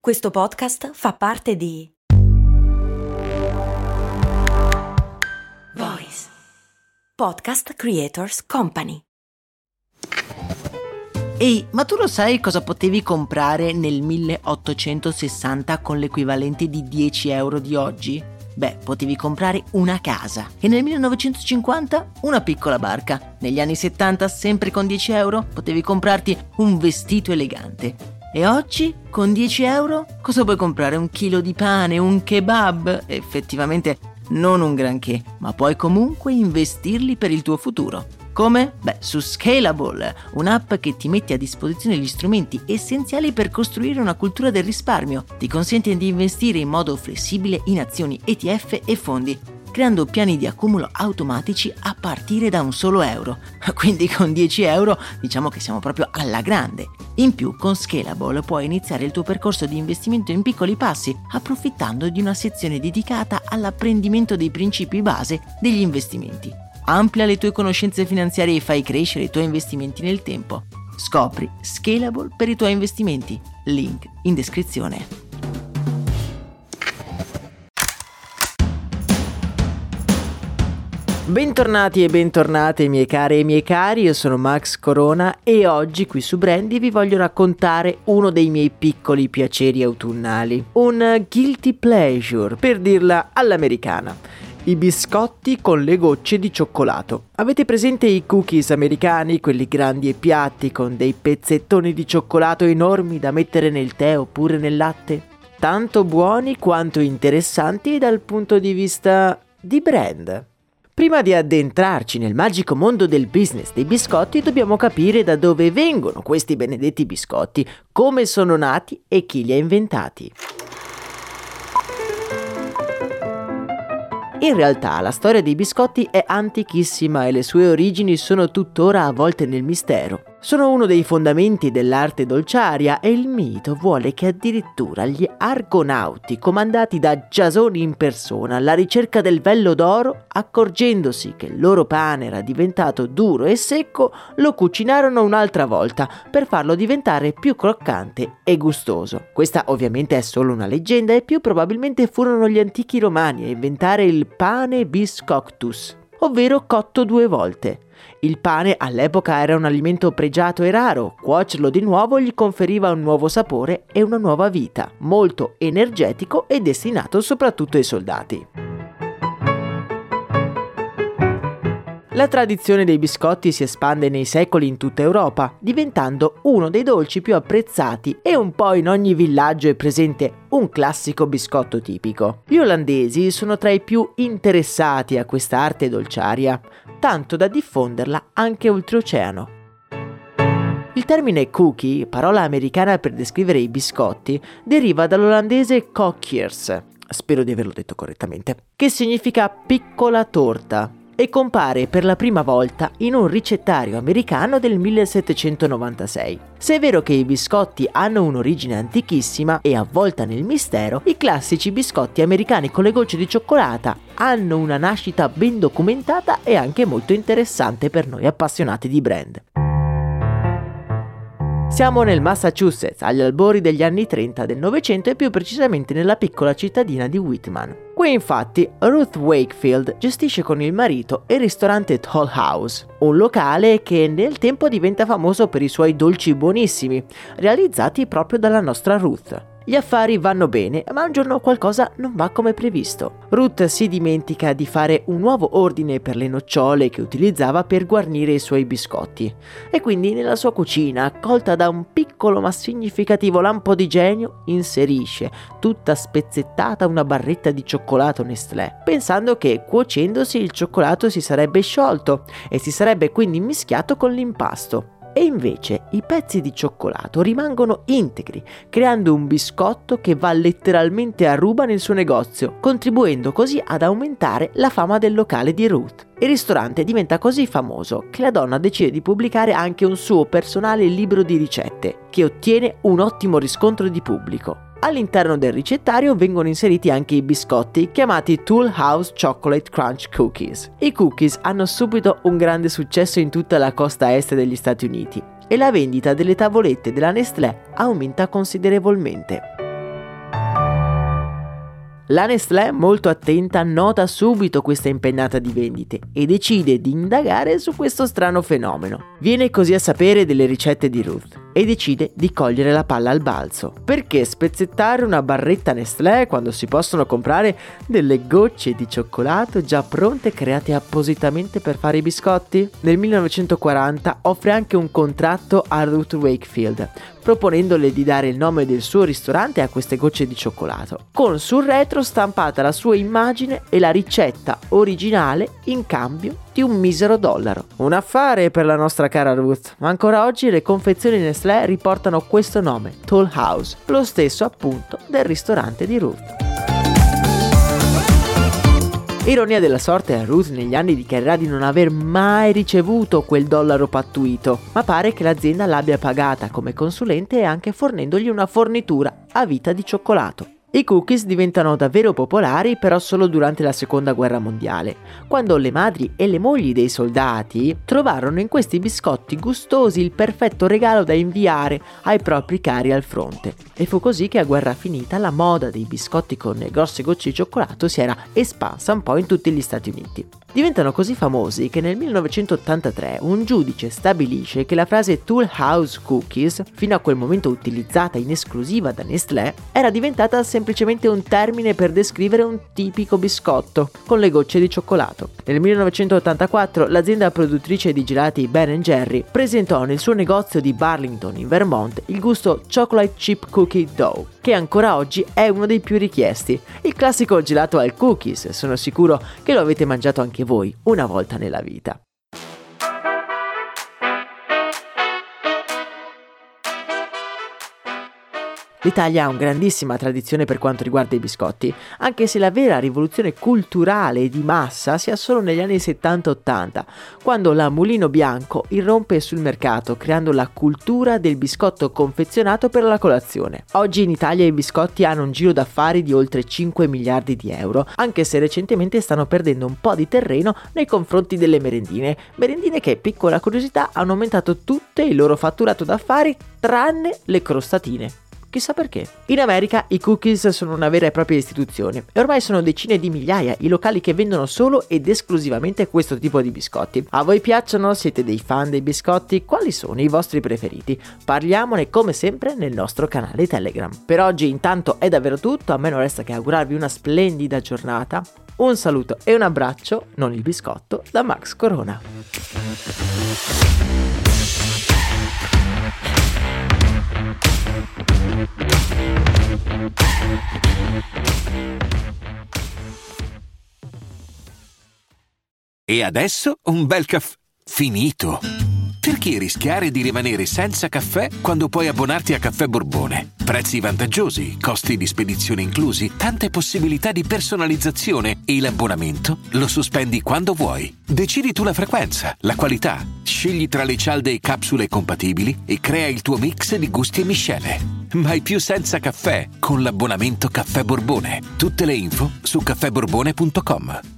Questo podcast fa parte di Voice Podcast Creators Company. Ehi, ma tu lo sai cosa potevi comprare nel 1860 con l'equivalente di 10 euro di oggi? Beh, potevi comprare una casa e nel 1950 una piccola barca. Negli anni 70, sempre con 10 euro, potevi comprarti un vestito elegante. E oggi, con 10 euro, cosa puoi comprare? Un chilo di pane, un kebab? Effettivamente non un granché, ma puoi comunque investirli per il tuo futuro. Come? Beh, su Scalable, un'app che ti mette a disposizione gli strumenti essenziali per costruire una cultura del risparmio. Ti consente di investire in modo flessibile in azioni, ETF e fondi, creando piani di accumulo automatici a partire da un solo euro. Quindi con 10 euro diciamo che siamo proprio alla grande. In più, con Scalable puoi iniziare il tuo percorso di investimento in piccoli passi, approfittando di una sezione dedicata all'apprendimento dei principi base degli investimenti. Amplia le tue conoscenze finanziarie e fai crescere i tuoi investimenti nel tempo. Scopri Scalable per i tuoi investimenti. Link in descrizione. Bentornati e bentornate miei cari e miei cari, io sono Max Corona e oggi qui su Brandy vi voglio raccontare uno dei miei piccoli piaceri autunnali. Un guilty pleasure, per dirla all'americana. I biscotti con le gocce di cioccolato. Avete presente i cookies americani, quelli grandi e piatti con dei pezzettoni di cioccolato enormi da mettere nel tè oppure nel latte? Tanto buoni quanto interessanti dal punto di vista di brand. Prima di addentrarci nel magico mondo del business dei biscotti, dobbiamo capire da dove vengono questi benedetti biscotti, come sono nati e chi li ha inventati. In realtà la storia dei biscotti è antichissima e le sue origini sono tuttora avvolte nel mistero. Sono uno dei fondamenti dell'arte dolciaria e il mito vuole che addirittura gli argonauti, comandati da Giasone in persona alla ricerca del vello d'oro, accorgendosi che il loro pane era diventato duro e secco, lo cucinarono un'altra volta per farlo diventare più croccante e gustoso. Questa ovviamente è solo una leggenda e più probabilmente furono gli antichi romani a inventare il pane biscoctus, ovvero cotto 2 volte. Il pane all'epoca era un alimento pregiato e raro, cuocerlo di nuovo gli conferiva un nuovo sapore e una nuova vita, molto energetico e destinato soprattutto ai soldati. La tradizione dei biscotti si espande nei secoli in tutta Europa, diventando uno dei dolci più apprezzati e un po' in ogni villaggio è presente un classico biscotto tipico. Gli olandesi sono tra i più interessati a questa arte dolciaria, tanto da diffonderla anche oltreoceano. Il termine cookie, parola americana per descrivere i biscotti, deriva dall'olandese koekjes, spero di averlo detto correttamente, che significa piccola torta, e compare per la prima volta in un ricettario americano del 1796. Se è vero che i biscotti hanno un'origine antichissima e avvolta nel mistero, i classici biscotti americani con le gocce di cioccolata hanno una nascita ben documentata e anche molto interessante per noi appassionati di brand. Siamo nel Massachusetts, agli albori degli anni 30 del Novecento e più precisamente nella piccola cittadina di Whitman. Qui infatti Ruth Wakefield gestisce con il marito il ristorante Toll House, un locale che nel tempo diventa famoso per i suoi dolci buonissimi, realizzati proprio dalla nostra Ruth. Gli affari vanno bene, ma un giorno qualcosa non va come previsto. Ruth si dimentica di fare un nuovo ordine per le nocciole che utilizzava per guarnire i suoi biscotti. E quindi nella sua cucina, accolta da un piccolo ma significativo lampo di genio, inserisce, tutta spezzettata, una barretta di cioccolato Nestlé, pensando che cuocendosi il cioccolato si sarebbe sciolto e si sarebbe quindi mischiato con l'impasto. E invece i pezzi di cioccolato rimangono integri, creando un biscotto che va letteralmente a ruba nel suo negozio, contribuendo così ad aumentare la fama del locale di Ruth. Il ristorante diventa così famoso che la donna decide di pubblicare anche un suo personale libro di ricette, che ottiene un ottimo riscontro di pubblico. All'interno del ricettario vengono inseriti anche i biscotti chiamati Toll House Chocolate Crunch Cookies. I cookies hanno subito un grande successo in tutta la costa est degli Stati Uniti e la vendita delle tavolette della Nestlé aumenta considerevolmente. La Nestlé, molto attenta, nota subito questa impennata di vendite e decide di indagare su questo strano fenomeno. Viene così a sapere delle ricette di Ruth e decide di cogliere la palla al balzo. Perché spezzettare una barretta Nestlé quando si possono comprare delle gocce di cioccolato già pronte create appositamente per fare i biscotti? Nel 1940 offre anche un contratto a Ruth Wakefield, proponendole di dare il nome del suo ristorante a queste gocce di cioccolato, con sul retro stampata la sua immagine e la ricetta originale in cambio di un misero $1. Un affare per la nostra cara Ruth, ma ancora oggi le confezioni Nestlé riportano questo nome, Toll House, lo stesso appunto del ristorante di Ruth. Ironia della sorte, Ruth negli anni dichiarerà di non aver mai ricevuto quel $1 pattuito, ma pare che l'azienda l'abbia pagata come consulente e anche fornendogli una fornitura a vita di cioccolato. I cookies diventano davvero popolari però solo durante la Seconda Guerra Mondiale, quando le madri e le mogli dei soldati trovarono in questi biscotti gustosi il perfetto regalo da inviare ai propri cari al fronte. E fu così che a guerra finita la moda dei biscotti con le grosse gocce di cioccolato si era espansa un po' in tutti gli Stati Uniti. Diventano così famosi che nel 1983 un giudice stabilisce che la frase Toll House Cookies, fino a quel momento utilizzata in esclusiva da Nestlé, era diventata semplicemente un termine per descrivere un tipico biscotto con le gocce di cioccolato. Nel 1984 l'azienda produttrice di gelati Ben & Jerry presentò nel suo negozio di Burlington in Vermont il gusto Chocolate Chip Cookie Dough, che ancora oggi è uno dei più richiesti. Il classico gelato al cookies, sono sicuro che lo avete mangiato anche voi una volta nella vita. L'Italia ha una grandissima tradizione per quanto riguarda i biscotti, anche se la vera rivoluzione culturale e di massa sia solo negli anni 70-80, quando la Mulino Bianco irrompe sul mercato creando la cultura del biscotto confezionato per la colazione. Oggi in Italia i biscotti hanno un giro d'affari di oltre 5 miliardi di euro, anche se recentemente stanno perdendo un po' di terreno nei confronti delle merendine che, piccola curiosità, hanno aumentato tutte il loro fatturato d'affari tranne le crostatine. Chissà perché. In America i cookies sono una vera e propria istituzione e ormai sono decine di migliaia i locali che vendono solo ed esclusivamente questo tipo di biscotti. A voi piacciono? Siete dei fan dei biscotti? Quali sono i vostri preferiti? Parliamone come sempre nel nostro canale Telegram. Per oggi intanto è davvero tutto, a me non resta che augurarvi una splendida giornata. Un saluto e un abbraccio, non il biscotto, da Max Corona. E adesso un bel caffè finito. Perché rischiare di rimanere senza caffè quando puoi abbonarti a Caffè Borbone? Prezzi vantaggiosi, costi di spedizione inclusi, tante possibilità di personalizzazione e l'abbonamento lo sospendi quando vuoi. Decidi tu la frequenza, la qualità, scegli tra le cialde e capsule compatibili e crea il tuo mix di gusti e miscele. Mai più senza caffè con l'abbonamento Caffè Borbone. Tutte le info su caffèborbone.com.